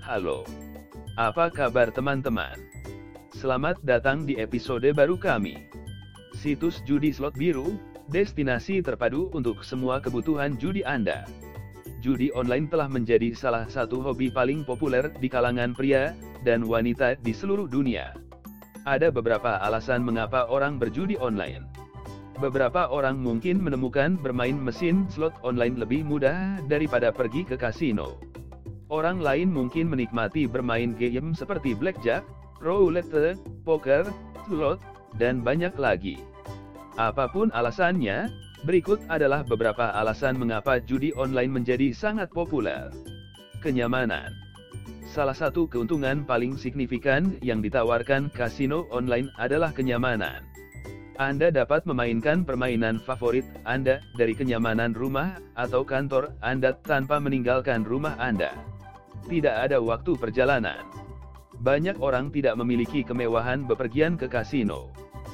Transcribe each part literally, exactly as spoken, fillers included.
Halo, apa kabar teman-teman? Selamat datang di episode baru kami. Situs judi slot biru, destinasi terpadu untuk semua kebutuhan judi Anda. Judi online telah menjadi salah satu hobi paling populer di kalangan pria dan wanita di seluruh dunia. Ada beberapa alasan mengapa orang berjudi online. Beberapa orang mungkin menemukan bermain mesin slot online lebih mudah daripada pergi ke kasino. Orang lain mungkin menikmati bermain game seperti blackjack, roulette, poker, slot, dan banyak lagi. Apapun alasannya, berikut adalah beberapa alasan mengapa judi online menjadi sangat populer. Kenyamanan. Salah satu keuntungan paling signifikan yang ditawarkan kasino online adalah kenyamanan. Anda dapat memainkan permainan favorit Anda dari kenyamanan rumah atau kantor Anda tanpa meninggalkan rumah Anda. Tidak ada waktu perjalanan. Banyak orang tidak memiliki kemewahan bepergian ke kasino.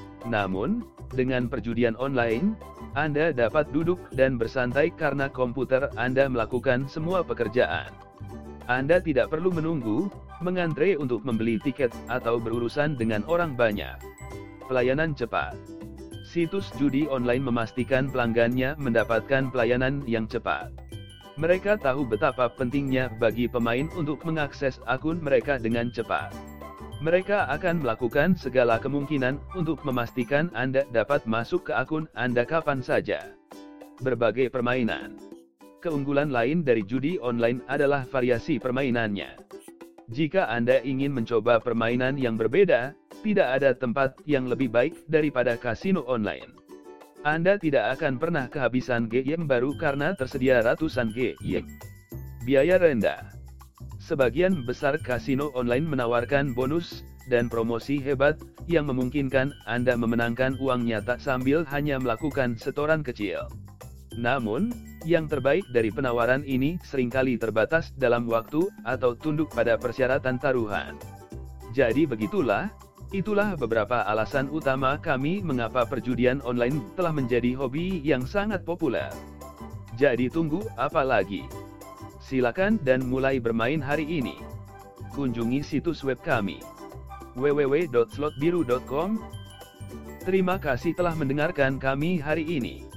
Namun, dengan perjudian online, Anda dapat duduk dan bersantai karena komputer Anda melakukan semua pekerjaan. Anda tidak perlu menunggu, mengantre untuk membeli tiket atau berurusan dengan orang banyak. Pelayanan cepat. Situs judi online memastikan pelanggannya mendapatkan pelayanan yang cepat. Mereka tahu betapa pentingnya bagi pemain untuk mengakses akun mereka dengan cepat. Mereka akan melakukan segala kemungkinan untuk memastikan Anda dapat masuk ke akun Anda kapan saja. Berbagai permainan. Keunggulan lain dari judi online adalah variasi permainannya. Jika Anda ingin mencoba permainan yang berbeda, tidak ada tempat yang lebih baik daripada kasino online. Anda tidak akan pernah kehabisan game baru karena tersedia ratusan game. Biaya rendah. Sebagian besar kasino online menawarkan bonus dan promosi hebat yang memungkinkan Anda memenangkan uang nyata sambil hanya melakukan setoran kecil. Namun, yang terbaik dari penawaran ini seringkali terbatas dalam waktu atau tunduk pada persyaratan taruhan. Jadi begitulah. Itulah beberapa alasan utama kami mengapa perjudian online telah menjadi hobi yang sangat populer. Jadi tunggu apa lagi? Silakan dan mulai bermain hari ini. Kunjungi situs web kami w w w titik slot biru titik com. Terima kasih telah mendengarkan kami hari ini.